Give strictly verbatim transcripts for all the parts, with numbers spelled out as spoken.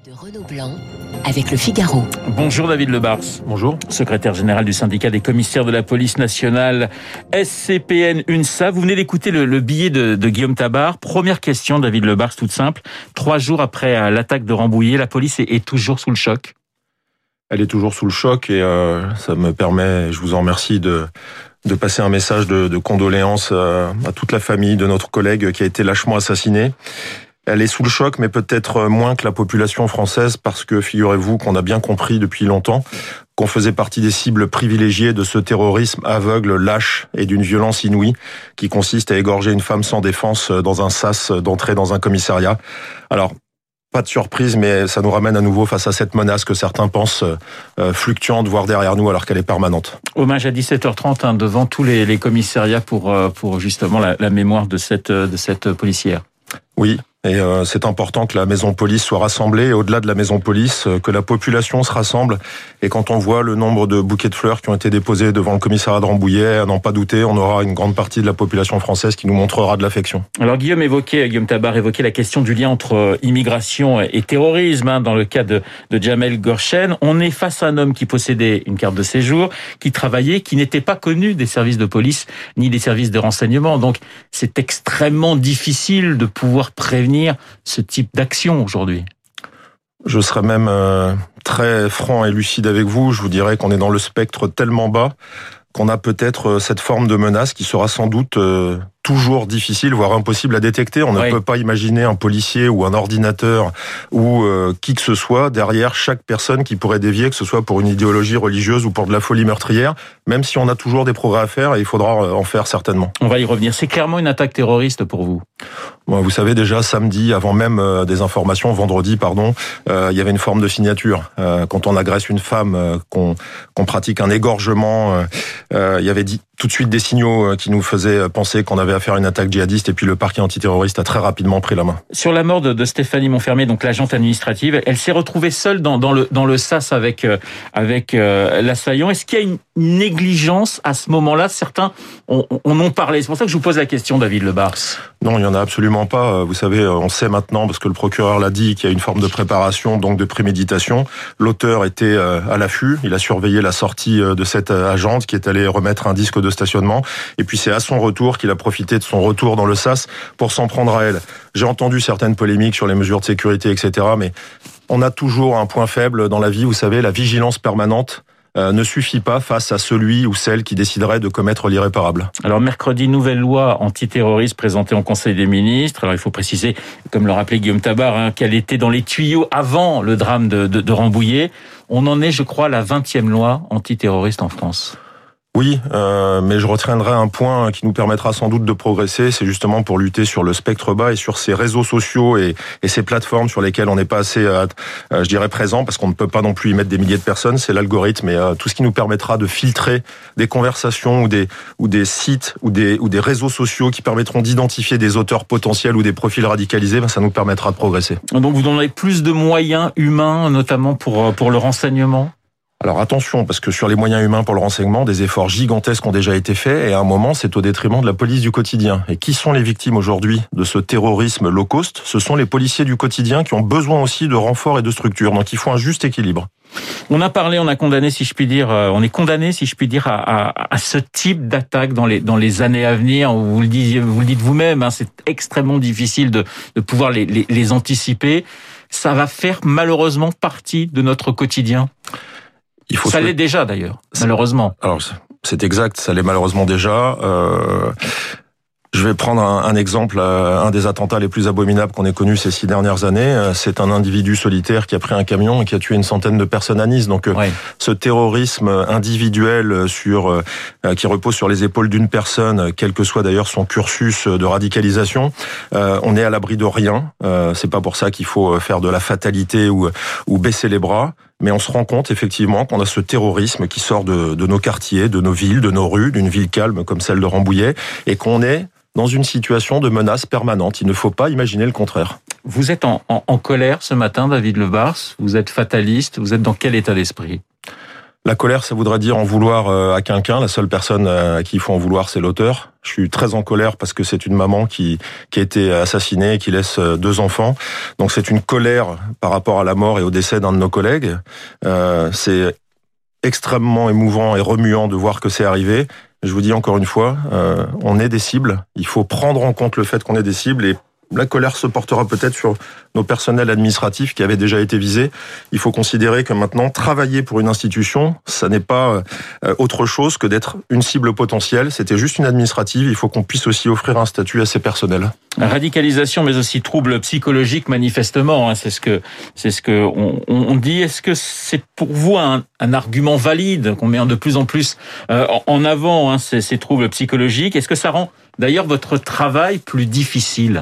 De Renaud Blanc avec Le Figaro. Bonjour David Lebars. Bonjour. Secrétaire général du syndicat des commissaires de la police nationale S C P N UNSA. Vous venez d'écouter le, le billet de, de Guillaume Tabar. Première question, David Lebars, toute simple. Trois jours après l'attaque de Rambouillet, la police est, est toujours sous le choc. Elle est toujours sous le choc et euh, ça me permet, je vous en remercie, de, de passer un message de, de condoléances à, à toute la famille de notre collègue qui a été lâchement assassiné. Elle est sous le choc, mais peut-être moins que la population française, parce que figurez-vous qu'on a bien compris depuis longtemps qu'on faisait partie des cibles privilégiées de ce terrorisme aveugle, lâche et d'une violence inouïe qui consiste à égorger une femme sans défense dans un sas d'entrer dans un commissariat. Alors, pas de surprise, mais ça nous ramène à nouveau face à cette menace que certains pensent euh, fluctuante, voire derrière nous, alors qu'elle est permanente. Hommage à dix-sept heures trente hein, devant tous les, les commissariats pour, euh, pour justement la, la mémoire de cette, de cette policière. Oui. Et euh, c'est important que la maison police soit rassemblée, et au-delà de la maison police, euh, que la population se rassemble. Et quand on voit le nombre de bouquets de fleurs qui ont été déposés devant le commissariat de Rambouillet, à n'en pas douter, on aura une grande partie de la population française qui nous montrera de l'affection. Alors Guillaume évoquait, Guillaume Tabar évoquait la question du lien entre immigration et terrorisme. Hein, dans le cas de, de Djamel Guerchen, on est face à un homme qui possédait une carte de séjour, qui travaillait, qui n'était pas connu des services de police ni des services de renseignement. Donc c'est extrêmement difficile de pouvoir prévenir ce type d'action aujourd'hui. Je serais même euh, très franc et lucide avec vous. Je vous dirais qu'on est dans le spectre tellement bas qu'on a peut-être cette forme de menace qui sera sans doute euh, toujours difficile, voire impossible à détecter. On oui. ne peut pas imaginer un policier ou un ordinateur ou euh, qui que ce soit derrière chaque personne qui pourrait dévier, que ce soit pour une idéologie religieuse ou pour de la folie meurtrière, même si on a toujours des progrès à faire et il faudra en faire certainement. On va y revenir. C'est clairement une attaque terroriste pour vous. Bon, vous savez déjà, samedi, avant même euh, des informations, vendredi, pardon, euh, il y avait une forme de signature. Euh, quand on agresse une femme, euh, qu'on, qu'on pratique un égorgement, euh, euh, il y avait dit, tout de suite des signaux qui nous faisaient penser qu'on avait affaire à une attaque djihadiste, et puis le parquet antiterroriste a très rapidement pris la main. Sur la mort de, de Stéphanie Montfermé, donc l'agente administrative, elle s'est retrouvée seule dans, dans le dans le sas avec euh, avec euh, l'assaillant. Est-ce qu'il y a une négligence à ce moment-là? Certains en ont parlé. C'est pour ça que je vous pose la question, David Lebars. Non, il y en a absolument pas. Vous savez, on sait maintenant, parce que le procureur l'a dit, qu'il y a une forme de préparation, donc de préméditation. L'auteur était à l'affût. Il a surveillé la sortie de cette agente qui est allée remettre un disque de stationnement. Et puis c'est à son retour qu'il a profité de son retour dans le sas pour s'en prendre à elle. J'ai entendu certaines polémiques sur les mesures de sécurité, et cetera. Mais on a toujours un point faible dans la vie. Vous savez, la vigilance permanente Euh, ne suffit pas face à celui ou celle qui déciderait de commettre l'irréparable. Alors mercredi, nouvelle loi antiterroriste présentée en Conseil des ministres. Alors il faut préciser, comme le rappelait Guillaume Tabar, hein, qu'elle était dans les tuyaux avant le drame de, de, de Rambouillet. On en est, je crois, à la vingtième loi antiterroriste en France. Oui, euh, mais je retiendrai un point qui nous permettra sans doute de progresser, c'est justement pour lutter sur le spectre bas et sur ces réseaux sociaux et, et ces plateformes sur lesquelles on n'est pas assez, euh, euh, je dirais, présent, parce qu'on ne peut pas non plus y mettre des milliers de personnes, c'est l'algorithme, et euh, tout ce qui nous permettra de filtrer des conversations ou des ou des sites ou des ou des réseaux sociaux qui permettront d'identifier des auteurs potentiels ou des profils radicalisés, ben, ça nous permettra de progresser. Donc vous donnez plus de moyens humains, notamment pour pour le renseignement? Alors attention, parce que sur les moyens humains pour le renseignement, des efforts gigantesques ont déjà été faits, et à un moment, c'est au détriment de la police du quotidien. Et qui sont les victimes aujourd'hui de ce terrorisme low cost? Ce sont les policiers du quotidien qui ont besoin aussi de renforts et de structures. Donc il faut un juste équilibre. On a parlé, on a condamné, si je puis dire, on est condamné, si je puis dire, à, à, à ce type d'attaque dans les dans les années à venir. Vous le disiez, vous le dites vous-même, hein, c'est extrêmement difficile de de pouvoir les, les les anticiper. Ça va faire malheureusement partie de notre quotidien. Il faut ça l'est déjà d'ailleurs, malheureusement. Alors c'est exact, ça l'est malheureusement déjà. Euh, je vais prendre un, un exemple, un des attentats les plus abominables qu'on ait connus ces six dernières années. C'est un individu solitaire qui a pris un camion et qui a tué une centaine de personnes à Nice. Donc oui. Ce terrorisme individuel sur euh, qui repose sur les épaules d'une personne, quel que soit d'ailleurs son cursus de radicalisation, euh, on est à l'abri de rien. Euh, c'est pas pour ça qu'il faut faire de la fatalité ou, ou baisser les bras. Mais on se rend compte effectivement qu'on a ce terrorisme qui sort de, de nos quartiers, de nos villes, de nos rues, d'une ville calme comme celle de Rambouillet, et qu'on est dans une situation de menace permanente. Il ne faut pas imaginer le contraire. Vous êtes en, en, en colère ce matin, David Lebars. Vous êtes fataliste. Vous êtes dans quel état d'esprit? La colère, ça voudrait dire en vouloir à quelqu'un. La seule personne à qui il faut en vouloir, c'est l'auteur. Je suis très en colère parce que c'est une maman qui qui a été assassinée et qui laisse deux enfants. Donc c'est une colère par rapport à la mort et au décès d'un de nos collègues. Euh, c'est extrêmement émouvant et remuant de voir que c'est arrivé. Je vous dis encore une fois, euh, on est des cibles. Il faut prendre en compte le fait qu'on est des cibles et la colère se portera peut-être sur nos personnels administratifs qui avaient déjà été visés. Il faut considérer que maintenant, travailler pour une institution, ça n'est pas autre chose que d'être une cible potentielle. C'était juste une administrative. Il faut qu'on puisse aussi offrir un statut à ces personnels. Radicalisation, mais aussi troubles psychologiques, manifestement. Hein, c'est ce que c'est ce que on, on dit. Est-ce que c'est pour vous un, un argument valide qu'on met de plus en plus euh, en avant hein, ces, ces troubles psychologiques? Est-ce que ça rend d'ailleurs votre travail plus difficile?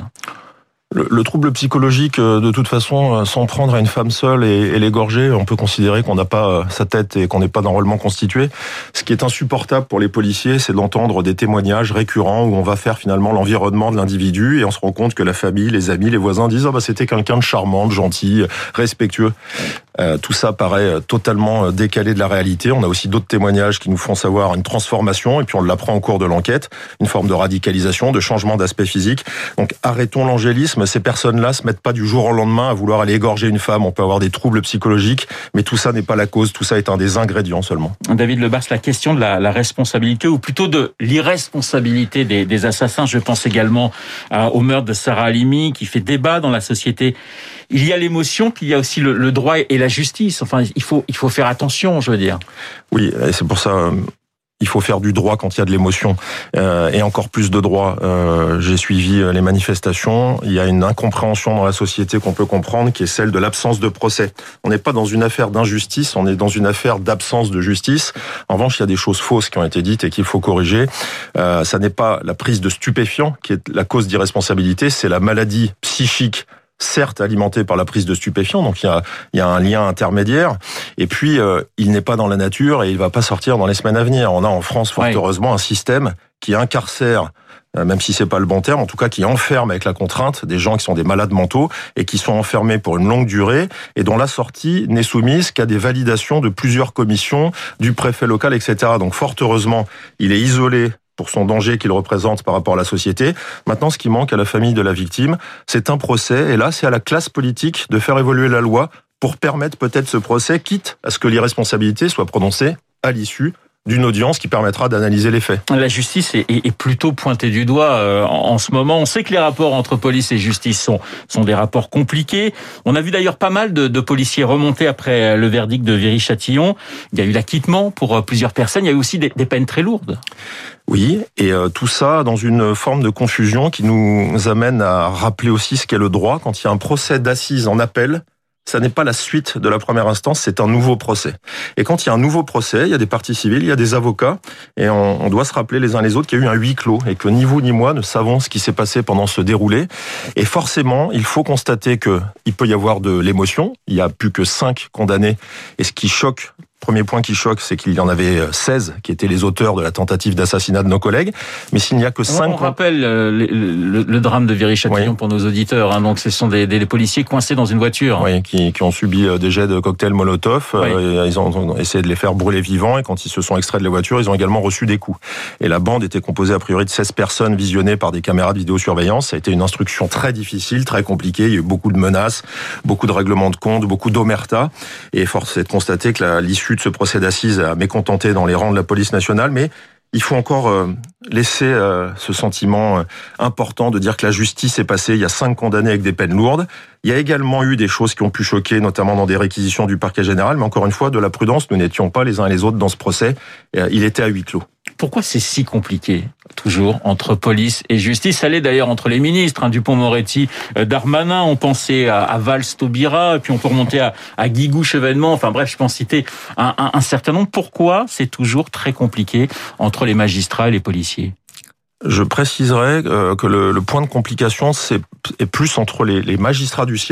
Le, le trouble psychologique, de toute façon, s'en prendre à une femme seule et, et l'égorger, on peut considérer qu'on n'a pas sa tête et qu'on n'est pas d'enrôlement constitué. Ce qui est insupportable pour les policiers, c'est d'entendre des témoignages récurrents où on va faire finalement l'environnement de l'individu et on se rend compte que la famille, les amis, les voisins disent « Ah bah c'était quelqu'un de charmant, de gentil, respectueux ». Euh, tout ça paraît totalement décalé de la réalité. On a aussi d'autres témoignages qui nous font savoir une transformation et puis on l'apprend au cours de l'enquête, une forme de radicalisation, de changement d'aspect physique. Donc arrêtons l'angélisme. Ces personnes-là se mettent pas du jour au lendemain à vouloir aller égorger une femme. On peut avoir des troubles psychologiques, mais tout ça n'est pas la cause. Tout ça est un des ingrédients seulement. David Lebars, la question de la, la responsabilité, ou plutôt de l'irresponsabilité des, des assassins. Je pense également à, au meurtre de Sarah Halimi, qui fait débat dans la société. Il y a l'émotion, puis il y a aussi le, le droit et la justice. Enfin, il faut, il faut faire attention, je veux dire. Oui, et c'est pour ça... Euh... Il faut faire du droit quand il y a de l'émotion euh, et encore plus de droit. Euh, j'ai suivi les manifestations. Il y a une incompréhension dans la société qu'on peut comprendre, qui est celle de l'absence de procès. On n'est pas dans une affaire d'injustice, on est dans une affaire d'absence de justice. En revanche, il y a des choses fausses qui ont été dites et qu'il faut corriger. Euh, ça n'est pas la prise de stupéfiants qui est la cause d'irresponsabilité, c'est la maladie psychique, certes alimenté par la prise de stupéfiants, donc il y a, il y a un lien intermédiaire, et puis euh, il n'est pas dans la nature et il va pas sortir dans les semaines à venir. On a en France, fort oui. heureusement, un système qui incarcère, euh, même si c'est pas le bon terme, en tout cas qui enferme avec la contrainte des gens qui sont des malades mentaux et qui sont enfermés pour une longue durée et dont la sortie n'est soumise qu'à des validations de plusieurs commissions, du préfet local, et cetera. Donc fort heureusement, il est isolé pour son danger qu'il représente par rapport à la société. Maintenant, ce qui manque à la famille de la victime, c'est un procès. Et là, c'est à la classe politique de faire évoluer la loi pour permettre peut-être ce procès, quitte à ce que l'irresponsabilité soit prononcée à l'issue d'une audience qui permettra d'analyser les faits. La justice est, est, est plutôt pointée du doigt euh, en, en ce moment. On sait que les rapports entre police et justice sont, sont des rapports compliqués. On a vu d'ailleurs pas mal de, de policiers remonter après le verdict de Viry-Châtillon. Il y a eu l'acquittement pour plusieurs personnes. Il y a eu aussi des, des peines très lourdes. Oui, et euh, tout ça dans une forme de confusion qui nous amène à rappeler aussi ce qu'est le droit. Quand il y a un procès d'assises en appel, ça n'est pas la suite de la première instance, c'est un nouveau procès. Et quand il y a un nouveau procès, il y a des parties civiles, il y a des avocats, et on, on doit se rappeler les uns les autres qu'il y a eu un huis clos, et que ni vous ni moi ne savons ce qui s'est passé pendant ce déroulé. Et forcément, il faut constater que il peut y avoir de l'émotion. Il y a plus que cinq condamnés, et ce qui choque, premier point qui choque, c'est qu'il y en avait seize qui étaient les auteurs de la tentative d'assassinat de nos collègues. Mais s'il n'y a que cinq... On rappelle le, le, le drame de Viry-Châtillon oui. pour nos auditeurs. Hein. Donc, ce sont des, des policiers coincés dans une voiture. Oui, qui, qui ont subi des jets de cocktails Molotov. Oui. Euh, ils ont essayé de les faire brûler vivants. Et quand ils se sont extraits de la voiture, ils ont également reçu des coups. Et la bande était composée a priori de seize personnes visionnées par des caméras de vidéosurveillance. Ça a été une instruction très difficile, très compliquée. Il y a eu beaucoup de menaces, beaucoup de règlements de compte, beaucoup d'omerta. Et force est de constater que la, l'issue de ce procès d'assises a mécontenté dans les rangs de la police nationale, mais il faut encore euh, laisser euh, ce sentiment euh, important de dire que la justice est passée. Il y a cinq condamnés avec des peines lourdes. Il y a également eu des choses qui ont pu choquer, notamment dans des réquisitions du parquet général, mais encore une fois, de la prudence, nous n'étions pas les uns et les autres dans ce procès. Euh, il était à huis clos. Pourquoi c'est si compliqué, toujours, entre police et justice? Ça l'est d'ailleurs entre les ministres, hein, Dupond-Moretti, euh, Darmanin, on pensait à, à Valls-Taubira, puis on peut remonter à, à Guigou-Chevènement, enfin bref, je peux en citer un, un, un certain nombre. Pourquoi c'est toujours très compliqué entre les magistrats et les policiers? Je préciserai que le, le point de complication c'est, est plus entre les, les magistrats du siège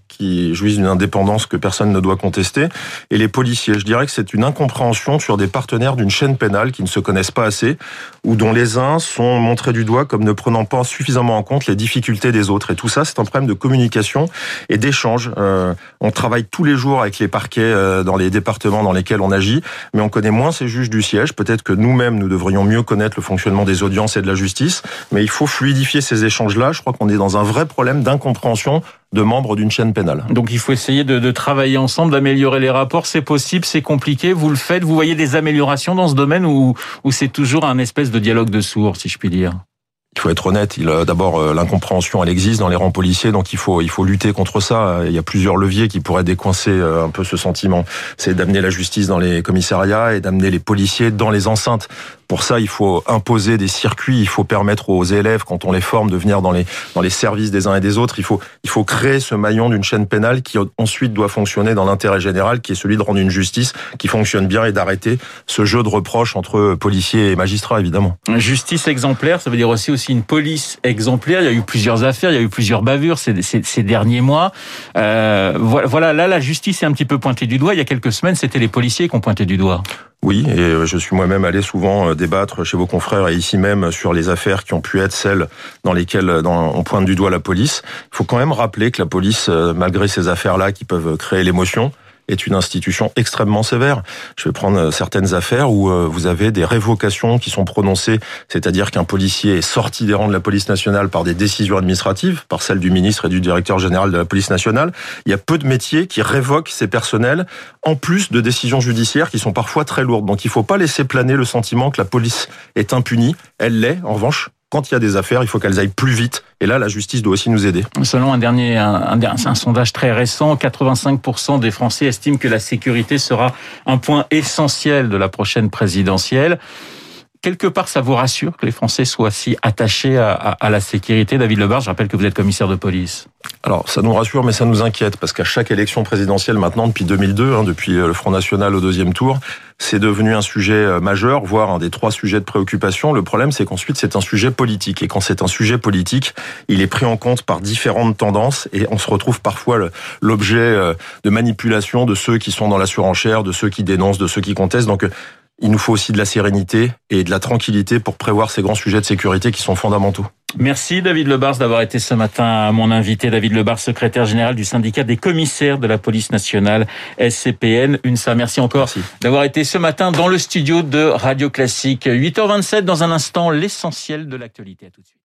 qui jouissent d'une indépendance que personne ne doit contester, et les policiers. Je dirais que c'est une incompréhension sur des partenaires d'une chaîne pénale qui ne se connaissent pas assez, ou dont les uns sont montrés du doigt comme ne prenant pas suffisamment en compte les difficultés des autres. Et tout ça, c'est un problème de communication et d'échange. Euh, on travaille tous les jours avec les parquets euh, dans les départements dans lesquels on agit, mais on connaît moins ces juges du siège. Peut-être que nous-mêmes, nous devrions mieux connaître le fonctionnement des audiences et de la justice, mais il faut fluidifier ces échanges-là. Je crois qu'on est dans un vrai problème d'incompréhension de membres d'une chaîne pénale. Donc il faut essayer de, de travailler ensemble, d'améliorer les rapports. C'est possible, c'est compliqué. Vous le faites. Vous voyez des améliorations dans ce domaine ou, ou c'est toujours un espèce de dialogue de sourds, si je puis dire? Il faut être honnête. Il, d'abord, l'incompréhension, elle existe dans les rangs policiers, donc il faut, il faut lutter contre ça. Il y a plusieurs leviers qui pourraient décoincer un peu ce sentiment. C'est d'amener la justice dans les commissariats et d'amener les policiers dans les enceintes. Pour ça, il faut imposer des circuits. Il faut permettre aux élèves, quand on les forme, de venir dans les, dans les services des uns et des autres. Il faut, il faut créer ce maillon d'une chaîne pénale qui ensuite doit fonctionner dans l'intérêt général, qui est celui de rendre une justice qui fonctionne bien et d'arrêter ce jeu de reproches entre policiers et magistrats, évidemment. Justice exemplaire, ça veut dire aussi aussi une police exemplaire. Il y a eu plusieurs affaires, il y a eu plusieurs bavures ces, ces, ces derniers mois. Euh, voilà, là, la justice est un petit peu pointée du doigt. Il y a quelques semaines, c'était les policiers qui ont pointé du doigt. Oui, et je suis moi-même allé souvent débattre chez vos confrères et ici même sur les affaires qui ont pu être celles dans lesquelles dans, on pointe du doigt la police. Il faut quand même rappeler que la police, malgré ces affaires-là qui peuvent créer l'émotion, est une institution extrêmement sévère. Je vais prendre certaines affaires où vous avez des révocations qui sont prononcées, c'est-à-dire qu'un policier est sorti des rangs de la police nationale par des décisions administratives, par celles du ministre et du directeur général de la police nationale. Il y a peu de métiers qui révoquent ces personnels, en plus de décisions judiciaires qui sont parfois très lourdes. Donc il ne faut pas laisser planer le sentiment que la police est impunie. Elle l'est, en revanche. Quand il y a des affaires, il faut qu'elles aillent plus vite. Et là, la justice doit aussi nous aider. Selon un dernier, un, un, un sondage très récent, quatre-vingt-cinq pour cent des Français estiment que la sécurité sera un point essentiel de la prochaine présidentielle. Quelque part, ça vous rassure que les Français soient si attachés à, à, à la sécurité? David Lebars, je rappelle que vous êtes commissaire de police. Alors, ça nous rassure, mais ça nous inquiète, parce qu'à chaque élection présidentielle maintenant, depuis deux mille deux, hein, depuis le Front National au deuxième tour, c'est devenu un sujet majeur, voire un des trois sujets de préoccupation. Le problème, c'est qu'ensuite, c'est un sujet politique. Et quand c'est un sujet politique, il est pris en compte par différentes tendances et on se retrouve parfois l'objet de manipulation de ceux qui sont dans la surenchère, de ceux qui dénoncent, de ceux qui contestent. Donc, il nous faut aussi de la sérénité et de la tranquillité pour prévoir ces grands sujets de sécurité qui sont fondamentaux. Merci David Lebars d'avoir été ce matin mon invité. David Lebars, secrétaire général du syndicat des commissaires de la police nationale S C P N U N S A. Merci encore Merci. d'avoir été ce matin dans le studio de Radio Classique. huit heures vingt-sept, dans un instant, l'essentiel de l'actualité. À tout de suite.